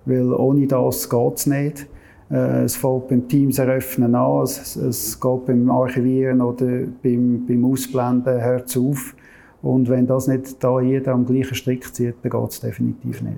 weil ohne das geht es nicht. Es fängt beim Teams eröffnen an, es geht beim Archivieren oder beim Ausblenden hört es auf. Und wenn das nicht da jeder am gleichen Strick zieht, dann geht es definitiv nicht.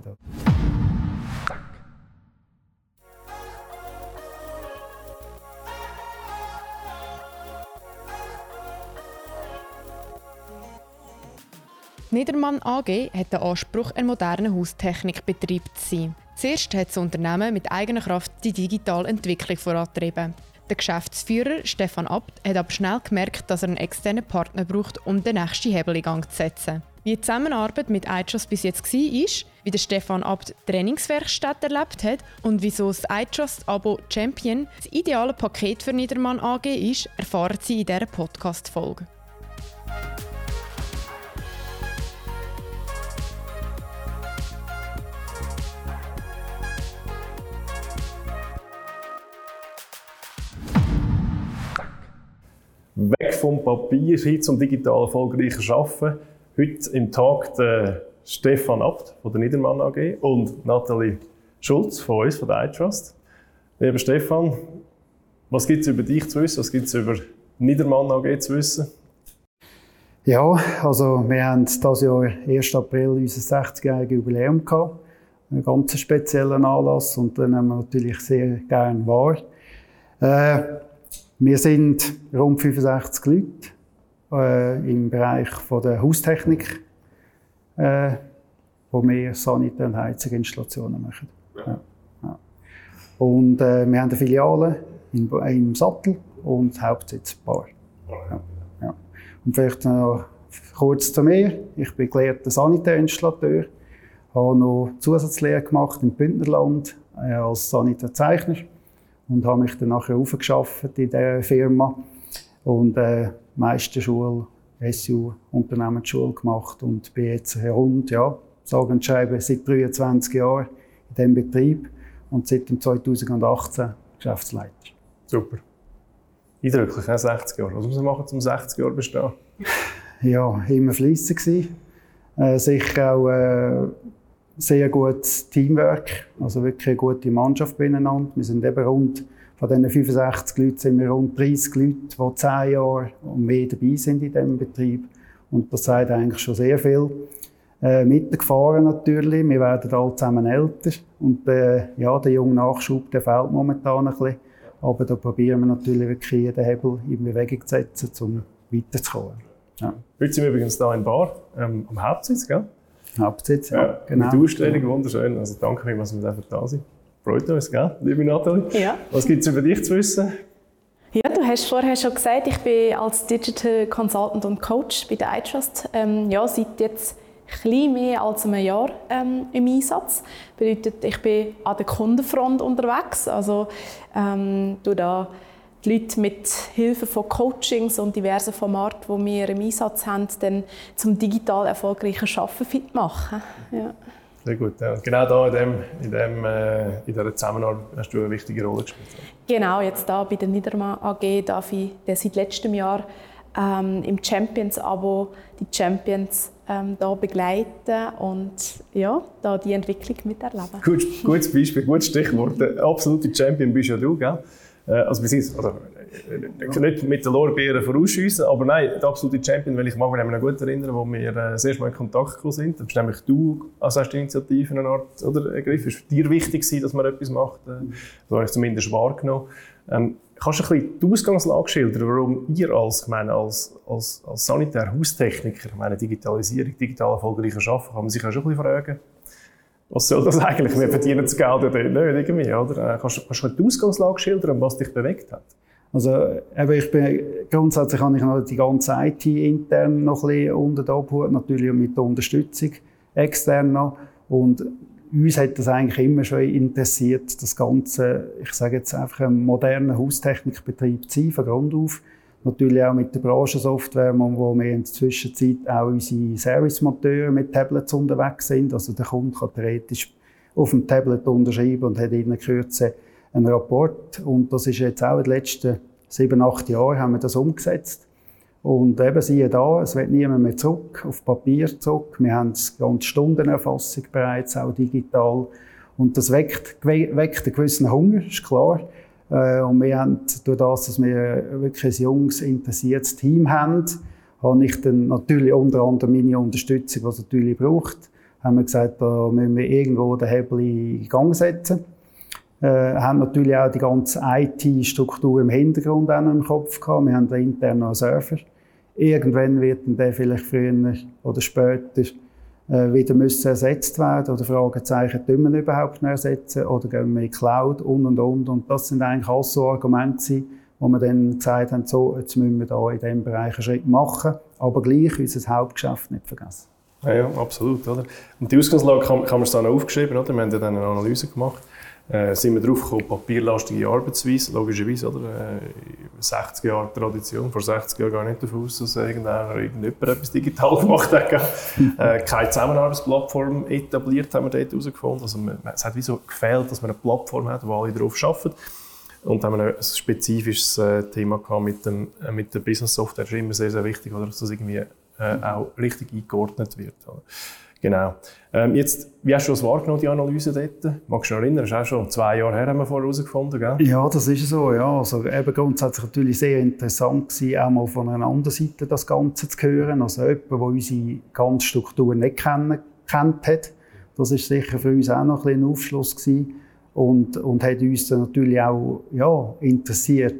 Niedermann AG hat den Anspruch, ein moderner Haustechnikbetrieb zu sein. Zuerst hat das Unternehmen mit eigener Kraft die digitale Entwicklung vorangetrieben. Der Geschäftsführer Stefan Abt hat aber schnell gemerkt, dass er einen externen Partner braucht, um den nächsten Hebel in Gang zu setzen. Wie die Zusammenarbeit mit iTrust bis jetzt war, wie der Stefan Abt Trainingswerkstatt erlebt hat und wieso das iTrust-Abo Champion das ideale Paket für Niedermann AG ist, erfahren Sie in dieser Podcast-Folge. Weg vom Papier hin zum digital erfolgreichen Arbeiten. Heute im Tag der Stefan Abt von der Niedermann AG und Nathalie Schulz von uns, von der iTrust. Lieber Stefan, was gibt es über dich zu wissen? Was gibt es über Niedermann AG zu wissen? Ja, also wir haben dieses Jahr, 1. April, unser 60-jähriges Jubiläum gehabt. Einen ganz speziellen Anlass und den nehmen wir natürlich sehr gerne wahr. Wir sind rund 65 Leute im Bereich von der Haustechnik, wo wir Sanitär- und Heizungsinstallationen machen. Ja. Ja. Und wir haben eine Filiale im Sattel und Hauptsitz Bar. Ja. Ja. Und vielleicht noch kurz zu mir. Ich bin gelehrter Sanitärinstallateur, habe noch Zusatzlehre gemacht im Bündnerland als Sanitärzeichner. Und habe mich dann nachher aufgeschafft in dieser Firma und Meisterschule, SU, Unternehmensschule gemacht und bin jetzt rund, sage und schreibe, seit 23 Jahren in diesem Betrieb und seit 2018 Geschäftsleiter. Super. Eindrücklich, 60 Jahre. Was muss man machen, um 60 Jahre bestehen? Ja, immer fleissig gewesen. Sicher auch sehr gutes Teamwork, also wirklich eine gute Mannschaft beieinander. Wir sind eben von diesen 65 Leuten sind wir rund 30 Leute, die 10 Jahre und mehr dabei sind in diesem Betrieb. Und das sagt eigentlich schon sehr viel. Mit den Gefahren natürlich, wir werden alle zusammen älter. Und der junge Nachschub, der fehlt momentan ein bisschen. Aber da probieren wir natürlich wirklich jeden Hebel in Bewegung zu setzen, um weiterzukommen. Ja. Heute sind wir übrigens hier in Bar, am Hauptsitz, gell? Hauptsitz, ja, genau. Die Ausstellung, wunderschön. Also danke für dass wir da sind. Freut uns, gell, liebe Nathalie? Ja. Was gibt es über dich zu wissen? Ja, du hast vorher schon gesagt, ich bin als Digital Consultant und Coach bei der iTrust seit jetzt ein bisschen mehr als einem Jahr im Einsatz. Das bedeutet, ich bin an der Kundenfront unterwegs. Also du da die Leute mit Hilfe von Coachings und diversen Formaten, die wir im Einsatz haben, dann zum digital erfolgreichen Arbeiten fit machen. Ja. Sehr gut. Ja. Genau da in dieser Zusammenarbeit hast du eine wichtige Rolle gespielt. Genau, jetzt da bei der Niedermann AG darf ich seit letztem Jahr im Champions-Abo die Champions da begleiten und da die Entwicklung miterleben. Gutes Beispiel, gutes Stichwort. Der absolute Champion bist ja du, gell? Also nicht mit den Lorbeeren vorausschiessen, aber nein, der absolute Champion, weil ich mag mich noch gut erinnern, wo wir das erste Mal in Kontakt gekommen sind. Da bist nämlich du als erste Initiative eine Art ergriffen. Es war dir wichtig, dass man etwas macht. Das habe ich zumindest wahrgenommen. Kannst du ein bisschen die Ausgangslage schildern, warum ihr als Sanitär-Haustechniker, Digitalisierung, digital erfolgreicher Arbeiten, kann man sich auch schon ein bisschen fragen, was soll das eigentlich? Wir verdienen das Geld ja nicht irgendwie, oder? Kannst du die Ausgangslage schildern, was dich bewegt hat? Also, grundsätzlich habe ich noch die ganze IT intern noch ein bisschen unter der Obhut, natürlich mit der Unterstützung extern noch. Und uns hat das eigentlich immer schon interessiert, das Ganze, ich sage jetzt einfach, ein moderner Haustechnikbetrieb zu sein, von Grund auf. Natürlich auch mit der Branchensoftware, wo wir in der Zwischenzeit auch unsere Servicemonteure mit Tablets unterwegs sind. Also der Kunde kann theoretisch auf dem Tablet unterschreiben und hat in Kürze einen Rapport. Und das ist jetzt auch in den letzten 7-8 Jahren haben wir das umgesetzt. Und eben siehe da, es wird niemand mehr zurück, auf Papier zurück. Wir haben die ganze Stundenerfassung bereits, auch digital. Und das weckt einen gewissen Hunger, ist klar. Und wir haben, durch das, dass wir wirklich ein junges, interessiertes Team haben, habe ich dann natürlich unter anderem meine Unterstützung, die es natürlich braucht, haben wir gesagt, da müssen wir irgendwo den Hebel in Gang setzen. Haben natürlich auch die ganze IT-Struktur im Hintergrund auch noch im Kopf gehabt. Wir haben da intern noch einen Server. Irgendwann wird der vielleicht früher oder später wieder müssen ersetzt werden oder Fragezeichen, tun wir überhaupt noch ersetzen oder gehen wir in die Cloud und. Und das sind eigentlich alles so Argumente, wo wir dann gesagt haben, so, jetzt müssen wir da in diesem Bereich einen Schritt machen, aber gleich unser Hauptgeschäft nicht vergessen. Ja, absolut. Oder? Und die Ausgangslage kann man es dann aufgeschrieben, oder? Wir haben ja dann eine Analyse gemacht. Sind wir drauf gekommen, papierlastige Arbeitsweise, logischerweise, oder? 60 Jahre Tradition, vor 60 Jahren gar nicht davon aus, dass irgendjemand etwas digital gemacht hat. Keine Zusammenarbeitsplattform etabliert, haben wir dort herausgefunden. Also, es hat wie so gefehlt, dass man eine Plattform hat, wo alle drauf arbeiten. Und haben wir ein spezifisches Thema gehabt mit der Business Software. Das ist immer sehr, sehr wichtig, oder? Dass das irgendwie auch richtig eingeordnet wird. Oder? Genau. Jetzt, wie hast du das wahrgenommen, die Analyse dort? Magst du dich noch erinnern? Das ist auch schon 2 Jahre her, haben wir vorher herausgefunden, gell? Ja, das ist so. Ja. Also, eben grundsätzlich natürlich sehr interessant gewesen, auch mal von einer anderen Seite das Ganze zu hören. Also jemand, der unsere ganze Struktur nicht kennt hat. Das war sicher für uns auch noch ein Aufschluss gewesen. Und hat uns dann natürlich auch interessiert,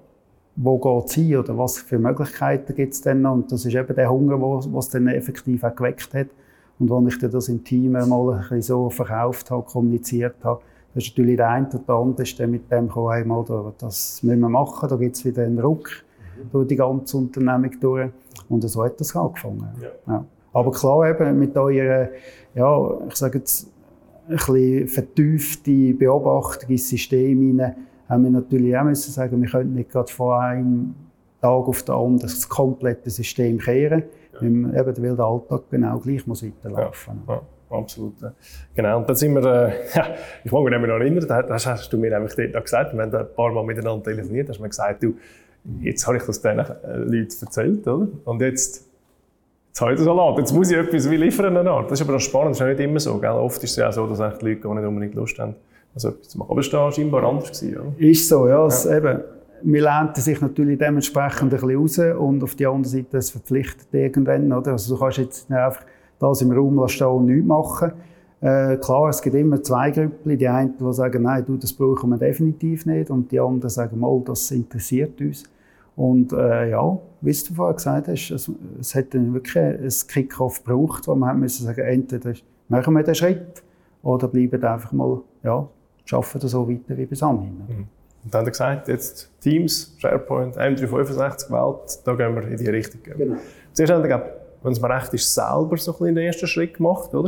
wo geht es hin oder was für Möglichkeiten gibt es denn noch. Und das ist eben der Hunger, was dann effektiv auch geweckt hat. Und als ich das im Team mal ein bisschen so verkauft habe, kommuniziert habe, da ist natürlich der eine oder der andere mit dem gekommen, hey, das müssen wir machen, da gibt es wieder einen Ruck durch die ganze Unternehmung durch. Und so hat das angefangen. Ja. Aber klar, eben mit eurer, ich sage jetzt, ein bisschen vertiefte Beobachtung ins System hinein, haben wir natürlich auch müssen sagen, wir können nicht gerade von einem Tag auf den anderen das komplette System kehren. Weil der Alltag genau gleich muss weiterlaufen. Ja, absolut. Ja. Genau, und dann sind wir, ich mag mich noch erinnern, das hast du mir nämlich dort gesagt, wir haben ein paar Mal miteinander telefoniert, hast mir gesagt, du, jetzt habe ich das diesen Leuten erzählt, oder? Und jetzt habe ich den Salat, jetzt muss ich etwas liefern. Das ist aber noch spannend, das ist nicht immer so. Gell? Oft ist es ja so, dass die Leute gar nicht unbedingt Lust haben, so etwas zu machen. Aber es war scheinbar anders. Oder? Ist so, ja. Eben, wir lernten sich natürlich dementsprechend ein bisschen raus und auf der anderen Seite es verpflichtet irgendwann. Oder? Also du kannst jetzt nicht einfach das im Raum stehen und nichts machen. Klar, es gibt immer 2 Grüppchen. Die einen, die sagen, nein, das brauchen wir definitiv nicht. Und die anderen sagen, mal, das interessiert uns. Und wie du vorher gesagt hast, es hat dann wirklich ein Kick-Off gebraucht, wo man müssen sagen, entweder machen wir den Schritt oder bleiben einfach mal, arbeiten das so weiter wie bis anhin. Und dann hat er gesagt, jetzt Teams, SharePoint, M365 Welt, da gehen wir in die Richtung. Genau. Zuerst haben wir, wenn es mir recht ist, selber so ein bisschen den ersten Schritt gemacht, oder?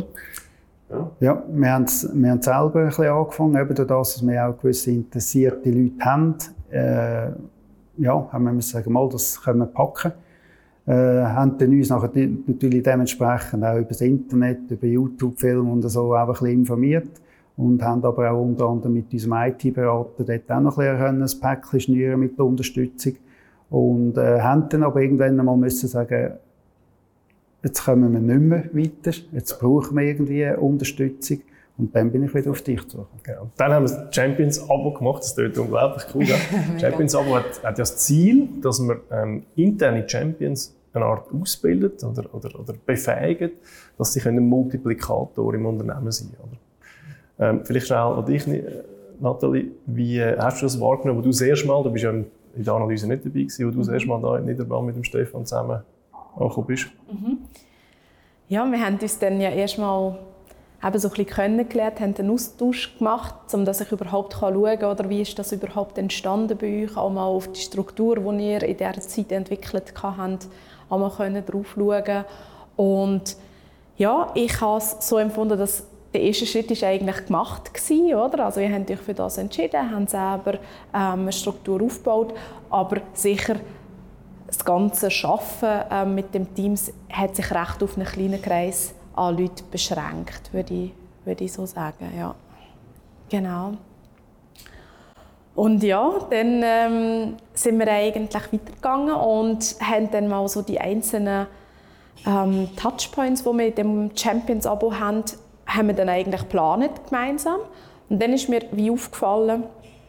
Ja, wir haben selber ein bisschen angefangen, eben durch das, dass wir auch gewisse interessierte Leute haben. Haben wir sagen, mal, das können wir packen. Haben dann uns nachher natürlich dementsprechend auch über das Internet, über YouTube-Filme und so auch ein bisschen informiert und haben aber auch unter anderem mit unserem IT-Berater dort auch noch ein Päckchen schnüren mit der Unterstützung und haben dann aber irgendwann einmal müssen sagen, jetzt kommen wir nicht mehr weiter, jetzt brauchen wir irgendwie Unterstützung. Und dann bin ich wieder auf dich zu. Genau. Und dann haben wir das Champions-Abo gemacht, das klingt unglaublich cool. Ja? Das Champions-Abo hat ja das Ziel, dass man interne Champions eine Art ausbildet oder befähigt, dass sie ein Multiplikator im Unternehmen sein können. Vielleicht schnell an dich, Nathalie, wie hast du das wahrgenommen, wo du das erste Mal, du bist ja in der Analyse nicht dabei gewesen, wo du das erste Mal da in Niederbrand mit dem Stefan zusammen angekommen bist? Ja, wir haben uns dann ja erstmal eben so ein bisschen kennengelernt, haben einen Austausch gemacht, um dass ich überhaupt schauen kann, oder wie ist das überhaupt entstanden bei euch, auch mal auf die Struktur, die ihr in dieser Zeit entwickelt habt, auch mal drauf schauen. Und ja, ich habe es so empfunden, dass der erste Schritt ist eigentlich gemacht war, oder? Also wir haben euch für das entschieden, haben selber eine Struktur aufgebaut, aber sicher das ganze Arbeiten mit dem Team hat sich recht auf einen kleinen Kreis an Leute beschränkt, würde ich so sagen. Ja. Genau. Und ja, dann sind wir eigentlich weitergegangen und haben dann mal so die einzelnen Touchpoints, die wir in dem Champions-Abo haben, haben wir dann eigentlich geplant gemeinsam. Und dann ist mir wie aufgefallen,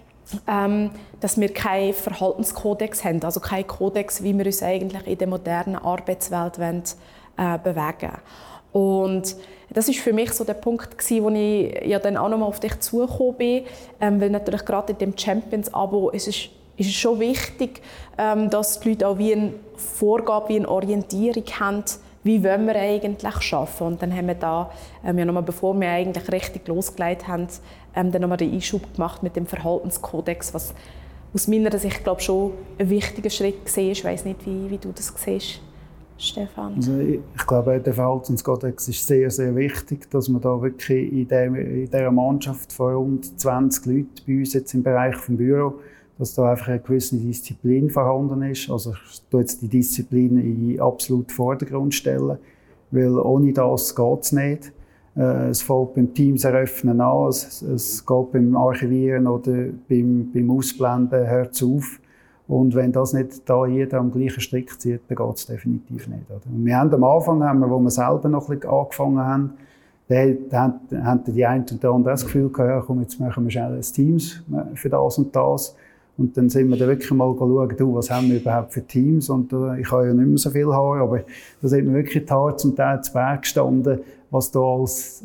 dass wir keinen Verhaltenskodex haben, also keinen Kodex, wie wir uns eigentlich in der modernen Arbeitswelt bewegen wollen. Und das ist für mich so der Punkt, wo ich ja dann auch nochmal auf dich zugekommen bin, weil natürlich gerade in dem Champions-Abo ist es schon wichtig, dass die Leute auch wie eine Vorgabe, wie eine Orientierung haben, wie wollen wir eigentlich arbeiten. Und dann haben wir da, ja nochmal, bevor wir eigentlich richtig losgelegt haben, dann nochmal den Einschub gemacht mit dem Verhaltenskodex, was aus meiner Sicht, glaube ich, schon ein wichtiger Schritt war. Ich weiss nicht, wie du das siehst, Stefan. Also ich glaube, der Verhaltenskodex ist sehr, sehr wichtig, dass man da wirklich in dieser Mannschaft von rund 20 Leuten bei uns jetzt im Bereich des Büros, dass da einfach eine gewisse Disziplin vorhanden ist. Also ich tue jetzt die Disziplin in absolut Vordergrund stellen, weil ohne das geht es nicht. Es fällt beim Teams eröffnen an, es geht beim Archivieren oder beim Ausblenden hört es auf. Und wenn das nicht da jeder am gleichen Strick zieht, dann geht es definitiv nicht. Oder? Und wir haben am Anfang, wo wir selber noch ein bisschen angefangen haben, da haben die einen und die anderen das Gefühl gehabt, ja, komm, jetzt machen wir schnell ein Teams für das und das. Und dann sind wir dann wirklich mal schauen, was haben wir überhaupt für Teams. Und ich habe ja nicht mehr so viel Haare, aber da sind wir wirklich die Haare zum Teil zu Berg gestanden, was da alles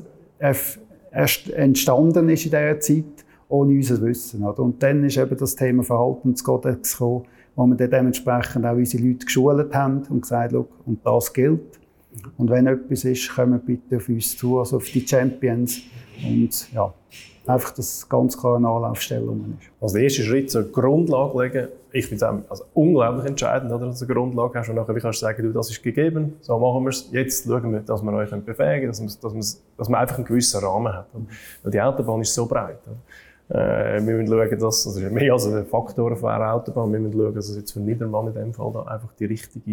erst entstanden ist in dieser Zeit, ohne unser Wissen. Oder? Und dann ist eben das Thema Verhaltenskodex gekommen, wo wir dann dementsprechend auch unsere Leute geschult haben und gesagt, schau, und das gilt. Und wenn etwas ist, kommen bitte auf uns zu, also auf die Champions. Und ja, einfach, dass es ganz klar eine Anlaufstellung ist. Also der erste Schritt, so eine Grundlage legen, ich finde es also unglaublich entscheidend, oder, dass du eine Grundlage hast und nachher kannst du sagen, du, das ist gegeben, so machen wir es, jetzt schauen wir, dass wir euch befähigen können, dass man einfach einen gewissen Rahmen hat. Weil die Autobahn ist so breit. Wir müssen schauen, dass, also mehr als ein Faktor von einer Autobahn, wir müssen schauen, dass es jetzt für Niedermann in dem Fall da einfach die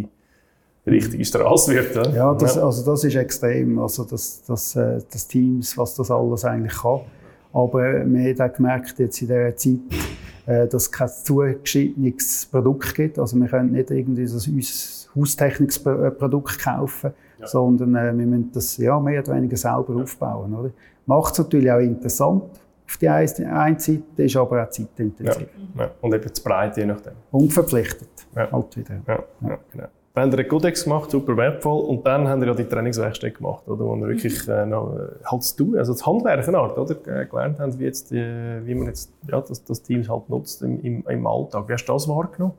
richtige Straße wird. Ja, ja, also das ist extrem, also das Teams, was das alles eigentlich kann. Aber wir haben auch gemerkt jetzt in dieser Zeit, dass es kein zugeschnittenes Produkt gibt. Also wir können nicht irgendwie unser Haustechnikprodukt kaufen, sondern wir müssen das mehr oder weniger selber aufbauen. Macht es natürlich auch interessant. Auf die einen Seite ist aber auch zeitintensiv. Ja. Und eben zu breit, je nachdem. Und verpflichtet. Halt wieder. Ja, genau. Dann haben wir einen Kodex gemacht, super wertvoll. Und dann haben wir ja die Trainingswerkstätte gemacht, oder, wo wir wirklich halt zu tun, also das Handwerk eine Art, oder, gelernt haben, wie man jetzt das Team halt nutzt im Alltag. Wie hast du das wahrgenommen?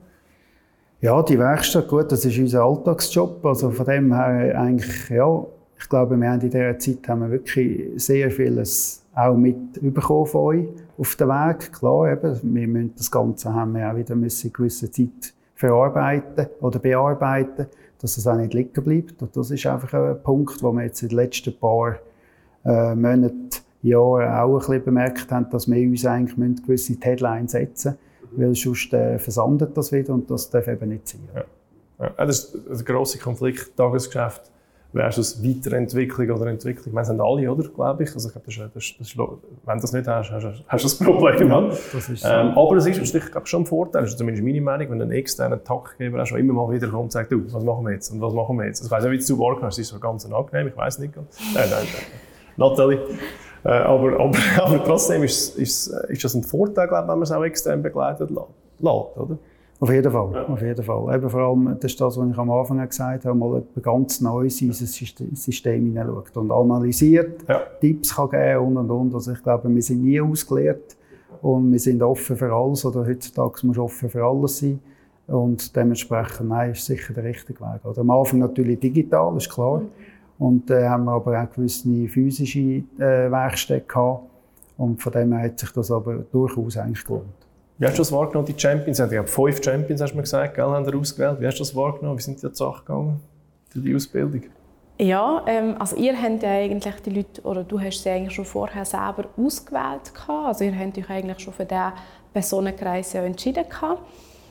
Ja, die Werkstatt, gut, das ist unser Alltagsjob. Also von dem her eigentlich, ja, ich glaube, wir haben in dieser Zeit wirklich sehr vieles auch mitbekommen von euch auf dem Weg. Klar, eben, wir müssen das Ganze haben wir auch wieder eine gewisse Zeit verarbeiten oder bearbeiten, dass es auch nicht liegen bleibt. Und das ist einfach ein Punkt, wo wir jetzt in den letzten paar Monaten, Jahren auch ein bisschen bemerkt haben, dass wir uns eigentlich gewisse Headlines setzen müssen, weil sonst versandet das wieder und das darf eben nicht sein. Ja. Das ist ein grosser Konflikt, Tagesgeschäft versus Weiterentwicklung oder Entwicklung. Ich meine, das haben alle, oder, glaube ich. Also ich glaube, das ist, wenn du das nicht hast, hast du das Problem. Ja, das ist so. Aber es ist, ich glaube, schon ein Vorteil, das ist zumindest meine Meinung, wenn ein externer Taktgeber auch schon immer mal wieder kommt und sagt, du, was machen wir jetzt und was machen wir jetzt. Ich weiss nicht, wie du wahrgenommen hast, das ist so ganz angenehm, ich weiss nicht. Nein. Nathalie. Aber trotzdem ist das ein Vorteil, glaube ich, wenn man es auch extern begleitet lässt, oder? Auf jeden Fall, ja. Auf jeden Fall. Eben vor allem, das ist das, was ich am Anfang gesagt habe, mal ganz Neues in unser System hineinschaut und analysiert, Tipps kann geben und. Also ich glaube, wir sind nie ausgelehrt und wir sind offen für alles, oder heutzutage muss man offen für alles sein. Und dementsprechend, nein, ist sicher der richtige Weg. Oder am Anfang natürlich digital, ist klar. Und haben wir aber auch gewisse physische Werkstätte gehabt. Und von dem her hat sich das aber durchaus eigentlich gelohnt. Wie hast du das wahrgenommen, die Champions? Ich glaube, 5 Champions, hast du mir gesagt, gell, haben wir ausgewählt. Wie hast du das wahrgenommen? Wie sind die zur Sache gegangen, die Ausbildung? Ja, also ihr habt ja eigentlich die Leute, oder du hast sie eigentlich schon vorher selber ausgewählt gehabt. Also ihr habt euch eigentlich schon für diesen Personenkreis ja entschieden gehabt.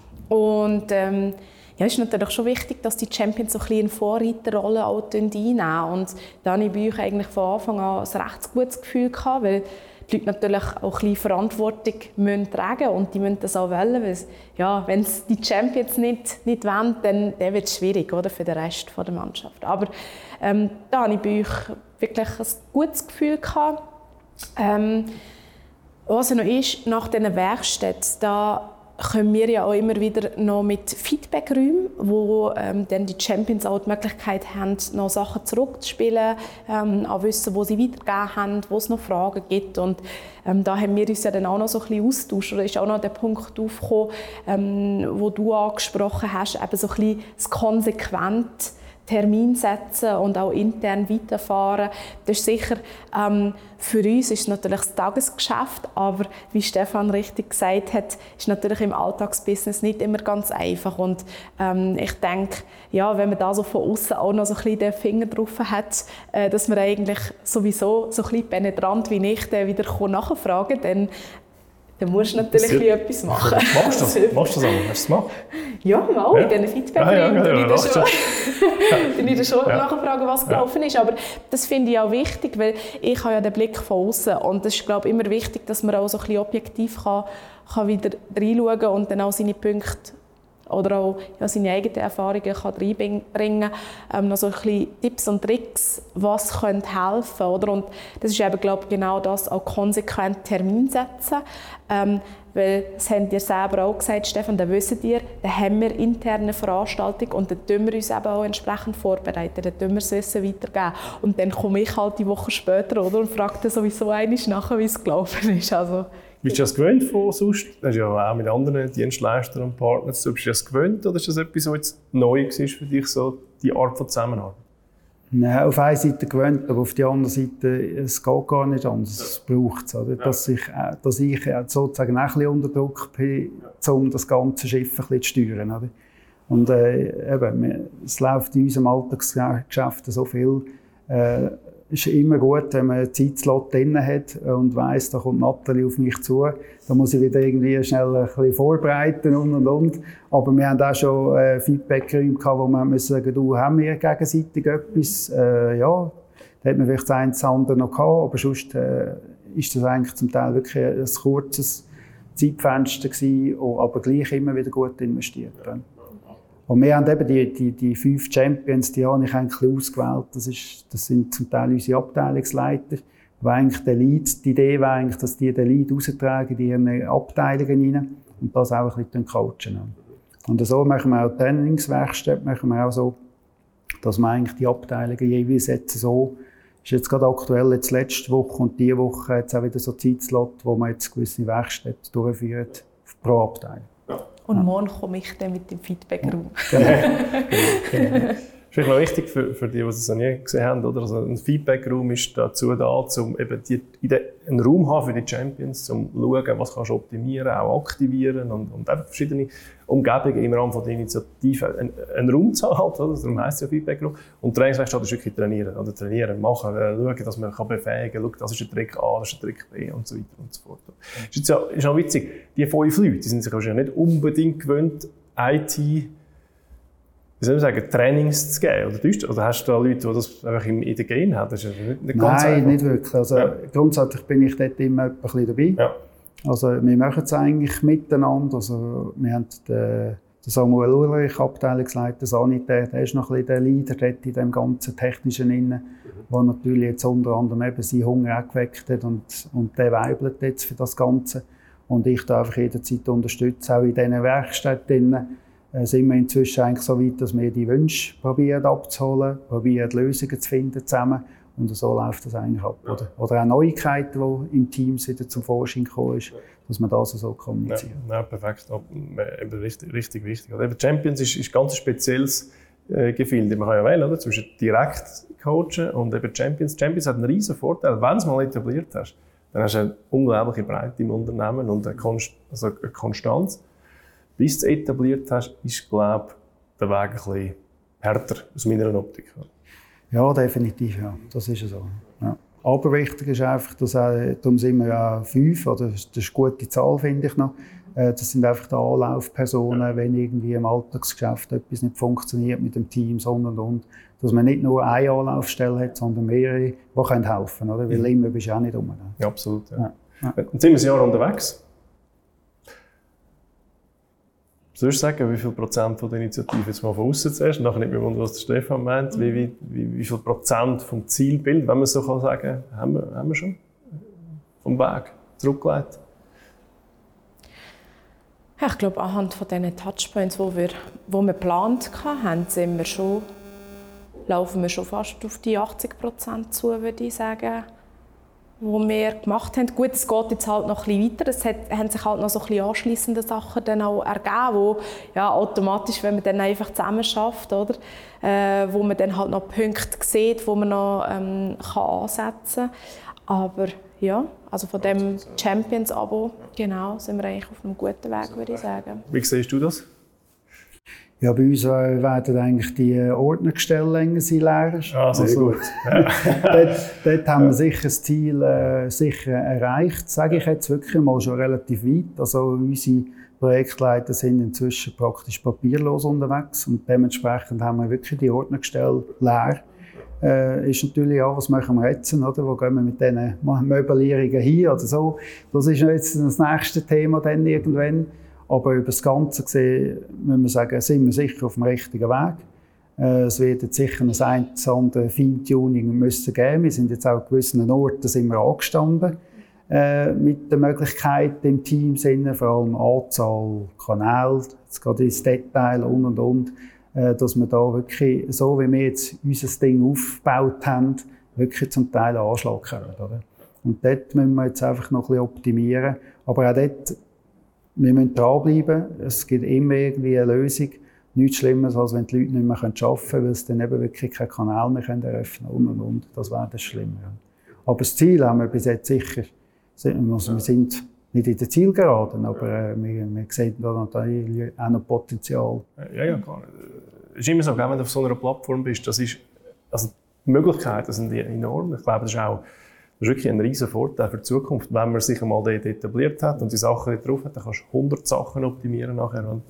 Und ja, es ist natürlich schon wichtig, dass die Champions so ein bisschen eine Vorreiterrolle auch einnehmen. Und da hatte ich bei euch eigentlich von Anfang an ein recht gutes Gefühl gehabt, weil die Leute natürlich auch ein bisschen Verantwortung tragen müssen und die müssen das auch wollen, weil ja, wenn es die Champions nicht wollen, dann wird es schwierig, oder, für den Rest der Mannschaft. Aber da habe ich bei euch wirklich ein gutes Gefühl gehabt. Was noch ist, nach diesen Werkstätten, da können wir ja auch immer wieder noch mit Feedbackräumen, wo dann die Champions auch die Möglichkeit haben, noch Sachen zurückzuspielen, auch wissen, wo sie weitergegeben haben, wo es noch Fragen gibt. Und da haben wir uns ja dann auch noch so ein bisschen austauscht. Oder ist auch noch der Punkt aufgekommen, wo du angesprochen hast, eben so ein bisschen das konsequent Termin setzen und auch intern weiterfahren. Das ist sicher, für uns ist es natürlich das Tagesgeschäft, aber wie Stefan richtig gesagt hat, ist natürlich im Alltagsbusiness nicht immer ganz einfach. Und ich denke, ja, wenn man da so von außen auch noch so ein bisschen den Finger drauf hat, dass man eigentlich sowieso so ein bisschen penetrant wie ich dann wieder nachfragen kann, dann musst du natürlich etwas machen. Machst du das auch? Hast du das gemacht? Ja, mal in diesen Feedback-Räumen. Dann ich schon nachfragen, was gelaufen ist. Aber das finde ich auch wichtig, weil ich habe ja den Blick von außen. Und es ist, glaube ich, immer wichtig, dass man auch so ein bisschen objektiv kann wieder reinschauen kann und dann auch seine Punkte oder auch seine eigenen Erfahrungen kann reinbringen kann. Noch so ein bisschen Tipps und Tricks, was könnte helfen. Oder? Und das ist eben, glaube ich, genau das, auch konsequent Termin setzen. Weil, das habt ihr selber auch gesagt, Stefan, da wisst ihr, da haben wir interne Veranstaltungen und dann tun wir uns eben auch entsprechend vorbereiten, dann tun wir das Wissen weitergeben. Und dann komme ich halt die Woche später und frage dann sowieso einmal nachher, wie es gelaufen ist. Also, bist du das gewöhnt von sonst? Du hast ja auch mit anderen Dienstleistern und Partnern zu tun. Bist du das gewöhnt oder ist das etwas, was jetzt neu war für dich, so die Art von Zusammenarbeit? Nein, auf einer Seite gewöhnt, aber auf der anderen Seite, es geht gar nicht anders. Es braucht es, oder? Dass ich sozusagen auch ein bisschen unter Druck bin, um das ganze Schiff ein bisschen zu steuern. Oder? Und eben, es läuft in unserem Alltagsgeschäft so viel. Es ist immer gut, wenn man einen Zeitslot drin hat und weiss, da kommt Nathalie auf mich zu. Da muss ich wieder irgendwie schnell ein bisschen vorbereiten und. Aber wir haben auch schon Feedback-Räume gehabt, wo man sagen, du, haben wir gegenseitig etwas? Ja, da hat man vielleicht das eine oder andere noch gehabt, aber sonst ist das eigentlich zum Teil wirklich ein kurzes Zeitfenster gewesen, aber gleich immer wieder gut investiert. Und wir haben eben die 5 Champions, die habe ich eigentlich ausgewählt. Das sind zum Teil unsere Abteilungsleiter. Aber eigentlich die Idee wäre eigentlich, dass die den Lead raustragen in ihren Abteilungen rein und das auch ein bisschen coachen. Und so machen wir auch Trainingswerkstätten, machen wir auch so, dass wir eigentlich die Abteilungen jeweils jetzt so, ist jetzt gerade aktuell jetzt letzte Woche und diese Woche jetzt auch wieder so Zeitslot, wo man jetzt gewisse Werkstätten durchführt pro Abteilung. Und morgen komme ich dann mit dem Feedback-Raum. Genau. Das ist vielleicht noch wichtig für die, die es noch nie gesehen haben. Oder? Also ein Feedback-Raum ist dazu da, um eben einen Raum haben für die Champions, um zu schauen, was kannst du optimieren, auch aktivieren und einfach verschiedene Umgebungen im Rahmen von der Initiative einen Raum zu haben. Oder? Darum heisst es ja Feedback-Raum. Und Trainingswerkstatt ist wirklich trainieren. Oder trainieren, machen, schauen, dass man befähigen kann. Schauen, das ist der Trick A, das ist der Trick B und so weiter und so fort. Ist auch witzig, die 5 Leute, die sind sich wahrscheinlich nicht unbedingt gewöhnt, IT, wie soll ich sagen, Trainings zu geben? Oder hast du da Leute, die das einfach in den Genen haben? Das ist nicht ganz Nein, einfach. nicht wirklich. Also, grundsätzlich bin ich dort immer ein bisschen dabei. Ja. Also, wir machen es eigentlich miteinander. Also, wir haben den Samuel Ulrich, Abteilungsleiter Sanitär, der ist noch ein bisschen der Leader dort in dem ganzen Technischen inne, der natürlich jetzt unter anderem eben seinen Hunger auch geweckt hat und der weibelt jetzt für das Ganze. Und ich darf einfach jederzeit unterstützen, auch in diesen Werkstätten. Sind wir inzwischen eigentlich so weit, dass wir die Wünsche probieren abzuholen, probieren Lösungen zu finden zusammen. Und so läuft das eigentlich ab. Oder auch Neuigkeiten, die im Team wieder zum Vorschein gekommen ist, dass man das so kommuniziert. Ja, perfekt. Richtig wichtig. Also Champions ist ganz ein spezielles Gefilde. Man kann ja wählen, oder? Zwischen direkt coachen und eben Champions. Champions hat einen riesen Vorteil. Wenn du es mal etabliert hast, dann hast du eine unglaubliche Breite im Unternehmen und eine Konstanz. Bis du es etabliert hast, ist, glaube ich, der Weg ein bisschen härter aus meiner Optik. Ja, definitiv, ja. Das ist so. Ja. Aber wichtig ist einfach, dass darum sind wir ja 5, oder das ist eine gute Zahl, finde ich noch. Das sind einfach die Anlaufpersonen, wenn irgendwie im Alltagsgeschäft etwas nicht funktioniert mit dem Team, und. Dass man nicht nur eine Anlaufstelle hat, sondern mehrere, die helfen können. Oder? Weil immer bist du auch nicht rum. Ja, absolut. Ja. Ja. Jetzt sind wir ein Jahr unterwegs. Sollst du sagen, wie viel Prozent von der Initiative jetzt mal von außen zuerst? Und nachher nicht mehr wundern, was der Stefan meint. Wie viel Prozent vom Zielbild, wenn man so kann sagen, haben wir schon vom Weg zurückgelegt? Ja, ich glaube, anhand von diesen Touchpoints, die wir geplant haben, laufen wir schon fast auf die 80% zu, würde ich sagen, die wir gemacht haben. Gut, es geht jetzt halt noch ein bisschen weiter. Es haben sich halt noch so ein bisschen anschliessende Sachen dann auch ergeben, wo ja, automatisch, wenn man dann einfach zusammen schafft, oder, wo man dann halt noch Punkte sieht, wo man noch kann ansetzen kann. Aber ja, also von dem Champions-Abo genau, sind wir eigentlich auf einem guten Weg, würde ich sagen. Wie siehst du das? Ja, bei uns werden eigentlich die Ordnergestelle länger sein, leer. Ah, sehr gut. Ja. dort haben wir sicher das Ziel sicher erreicht, sage ich jetzt wirklich mal schon relativ weit. Also unsere Projektleiter sind inzwischen praktisch papierlos unterwegs und dementsprechend haben wir wirklich die Ordnergestelle leer. Ist natürlich auch, was machen wir jetzt, oder? Wo gehen wir mit diesen Möblierungen hin oder so. Das ist jetzt das nächste Thema dann irgendwann. Aber über das Ganze gesehen, müssen wir sagen, sind wir sicher auf dem richtigen Weg. Es wird jetzt sicher ein andere Feintuning müssen geben. Wir sind jetzt auch an gewissen Orten sind wir angestanden mit der Möglichkeit im Teamsinne, vor allem Anzahl Kanäle, jetzt geht ins Detail und. Dass wir da wirklich, so wie wir jetzt unser Ding aufgebaut haben, wirklich zum Teil einen Anschlag können. Oder? Und dort müssen wir jetzt einfach noch ein bisschen optimieren. Aber auch dort, wir müssen dranbleiben. Es gibt immer irgendwie eine Lösung. Nichts Schlimmeres, als wenn die Leute nicht mehr arbeiten können, weil sie dann eben wirklich keinen Kanal mehr eröffnen können und. Das wäre das Schlimme. Aber das Ziel haben wir bis jetzt sicher. Also wir sind nicht in der Zielgeraden, aber wir sehen da natürlich auch noch Potenzial. Ja, klar. Es ist immer so, wenn du auf so einer Plattform bist, also die Möglichkeiten sind enorm. Ich glaube, das ist wirklich ein riesen Vorteil für die Zukunft. Wenn man sich einmal dort etabliert hat und die Sachen dort drauf hat, dann kannst du 100 Sachen optimieren nachher und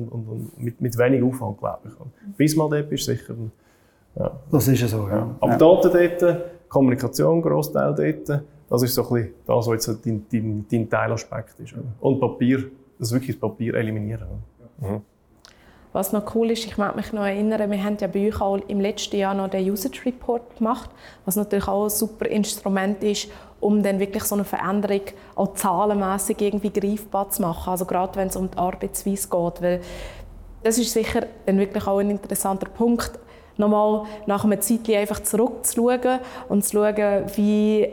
mit wenig Aufwand, glaube ich. Bis mal dort bist, sicher. Ja. Das ist ja so, ja. Aber Daten dort, Kommunikation, Grossteil dort, das ist so ein bisschen das, was jetzt dein Teilaspekt ist. Und Papier, das wirklich das Papier eliminieren. Mhm. Was noch cool ist, ich mag mich noch erinnern, wir haben ja bei euch auch im letzten Jahr noch den Usage Report gemacht, was natürlich auch ein super Instrument ist, um dann wirklich so eine Veränderung auch zahlenmässig irgendwie greifbar zu machen. Also gerade wenn es um die Arbeitsweise geht, weil das ist sicher dann wirklich auch ein interessanter Punkt, nochmal nach einer Zeit einfach zurückzuschauen und zu schauen, wie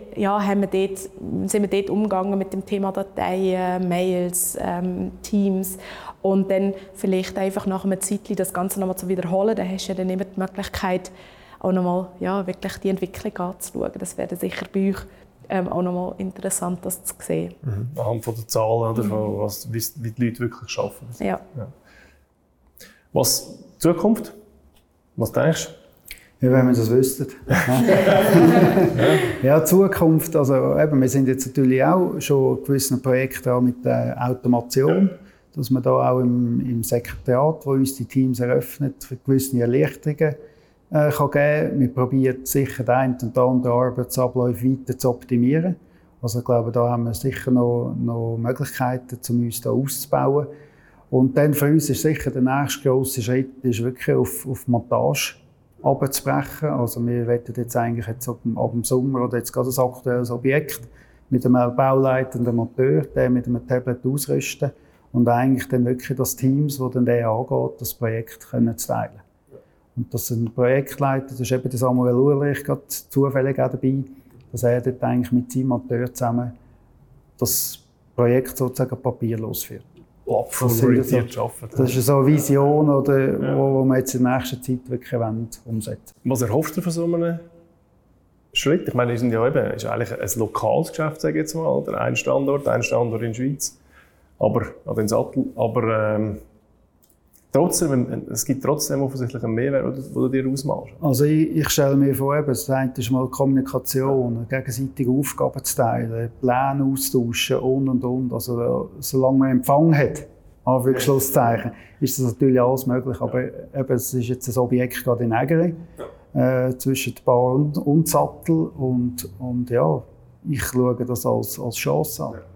sind wir dort umgegangen mit dem Thema Dateien, Mails, Teams und dann vielleicht einfach nach einer Zeit das Ganze nochmal zu wiederholen. Dann hast du ja dann immer die Möglichkeit, auch nochmal wirklich die Entwicklung anzuschauen. Das wäre sicher bei euch auch nochmal interessant, das zu sehen. Mhm. Anhand von den Zahlen, oder wie die Leute wirklich arbeiten. Ja. Was Zukunft? Was denkst du? Ja, wenn wir das wüssten. Ja, Zukunft. Also, eben, wir sind jetzt natürlich auch schon gewisse Projekte mit der Automation, dass man da auch im Sekretariat, wo uns die Teams eröffnet, gewisse Erleichterungen kann geben. Wir probieren sicher den einen und anderen Arbeitsabläufe weiter zu optimieren. Also, ich glaube, da haben wir sicher noch Möglichkeiten, um uns da auszubauen. Und dann für uns ist sicher der nächste grosse Schritt ist wirklich auf Montage runterzubrechen. Also wir wollen jetzt eigentlich ab dem Sommer oder jetzt gerade ein aktuelles Objekt mit einem Bauleiter und einem Monteur, der mit einem Tablet ausrüsten und eigentlich dann wirklich das Teams, das dann der angeht, das Projekt können zu teilen. Und das ist ein Projektleiter, das ist eben der Samuel Uhrlich gerade zufällig auch dabei, dass er dort eigentlich mit seinem Monteur zusammen das Projekt sozusagen papierlos führt. Plattformorientiert arbeiten. Das ist so eine Vision, oder, wo wir jetzt in der nächsten Zeit wirklich umsetzen wollen. Was erhoffst du von so einem Schritt? Ich meine, wir sind ja eben, ist eigentlich ein lokales Geschäft, sage ich jetzt mal, oder? Ein Standort in der Schweiz, aber an den Sattel. Aber trotzdem, es gibt trotzdem offensichtlich einen Mehrwert, den du dir ausmachst. Also ich stelle mir vor, das eine ist mal Kommunikation, gegenseitige Aufgaben zu teilen, Pläne austauschen und. Also solange man Empfang hat, Anführungszeichen, ist das natürlich alles möglich. Aber eben, es ist jetzt ein Objekt gerade in Ägeri, zwischen Bar und Sattel und ja, ich schaue das als Chance an.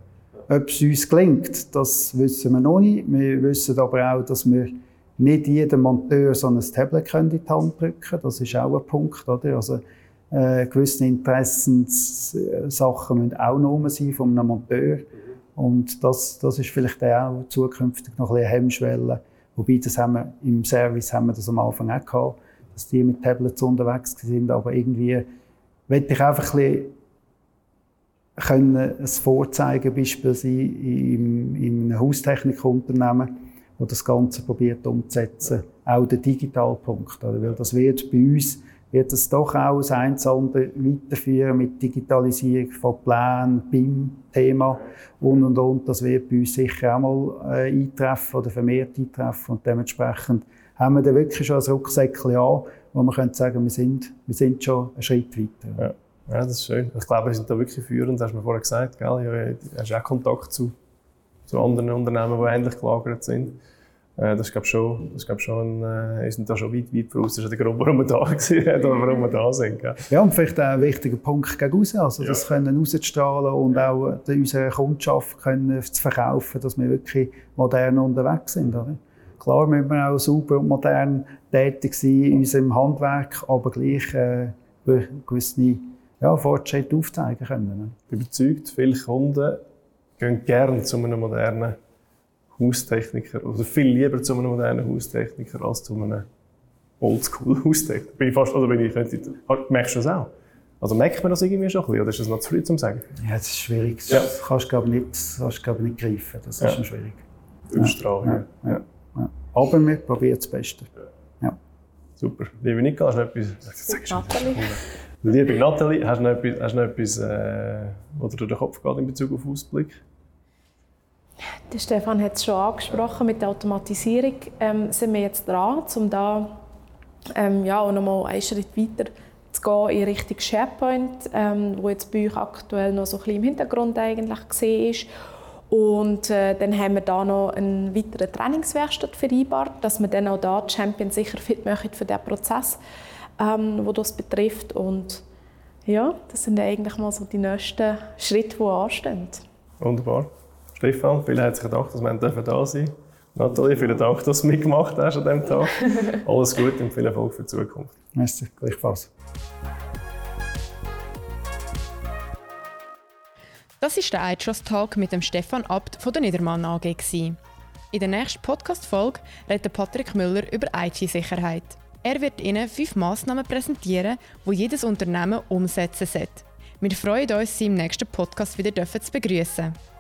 ob es uns gelingt, das wissen wir noch nicht. Wir wissen aber auch, dass wir nicht jedem Monteur so ein Tablet in die Hand drücken können. Das ist auch ein Punkt. Oder? Also, gewisse Interessenssachen müssen auch nur sein von einem Monteur. Und das ist vielleicht auch zukünftig noch ein bisschen eine Hemmschwelle. Wobei, das haben wir im Service haben wir das am Anfang auch gehabt, dass die mit Tablets unterwegs sind. Aber irgendwie möchte ich einfach ein bisschen ein Vorzeigebeispiel sein in einem Haustechnikunternehmen, wo das Ganze probiert umzusetzen. Auch der Digitalpunkt. Weil das wird bei uns es doch auch das eine oder andere weiterführen mit Digitalisierung von Plänen, BIM-Thema und. Das wird bei uns sicher auch mal eintreffen oder vermehrt eintreffen. Und dementsprechend haben wir da wirklich schon ein Rucksäckchen an, wo man könnte sagen, wir sind schon einen Schritt weiter. Ja, das ist schön. Ich glaube, wir sind da wirklich führend, hast du mir vorher gesagt. Gell? Du hast auch Kontakt zu anderen Unternehmen, die ähnlich gelagert sind. Das ist, glaube ich, schon, wir sind da schon weit voraus. Das ist der Grund, warum wir da sind oder warum wir da sind. Gell? Ja, und vielleicht auch ein wichtiger Punkt gegen raus. Also, das können rauszustrahlen und auch unserer Kundschaft können zu verkaufen, dass wir wirklich modern unterwegs sind. Oder? Klar müssen wir auch sauber und modern tätig sein in unserem Handwerk, aber gleich gewisse Fortschritte aufzeigen können. Ich bin überzeugt, viele Kunden gehen gerne zu einem modernen Haustechniker oder viel lieber zu einem modernen Haustechniker als zu einem Oldschool-Haustechniker. Merkst du das auch? Also merkt man das irgendwie schon ein bisschen, oder ist das noch zu früh zu sagen? Ja, das ist schwierig. Das kannst du nicht greifen. Das ist schon schwierig. Ausstrahlung. Ja. Aber wir probieren das Beste. Ja. Super. Liebe Nika, hast du noch etwas? Liebe Nathalie, hast du noch etwas, was dir durch den Kopf geht in Bezug auf Ausblick? Der Stefan hat es schon angesprochen, mit der Automatisierung sind wir jetzt dran, um da auch nochmal einen Schritt weiter zu gehen in Richtung SharePoint, wo jetzt bei euch aktuell noch so ein bisschen im Hintergrund eigentlich gesehen ist. Und dann haben wir da noch eine weitere Trainingswerkstatt vereinbart, dass wir dann auch da die Champions sicher fit machen für den Prozess, wo das betrifft. Und ja, das sind eigentlich mal so die nächsten Schritte, die anstehen. Wunderbar. Stefan, vielen herzlichen Dank, dass wir da sein dürfen. Nathalie, vielen Dank, dass du mitgemacht hast an diesem Tag. Alles Gute und viel Erfolg für die Zukunft. Merci, gleichfalls. Das war der iTrust-Talk mit dem Stefan Abt von der Niedermann AG. In der nächsten Podcast-Folge redet Patrick Müller über IT-Sicherheit. Er wird Ihnen 5 Massnahmen präsentieren, die jedes Unternehmen umsetzen sollte. Wir freuen uns, Sie im nächsten Podcast wieder zu begrüßen.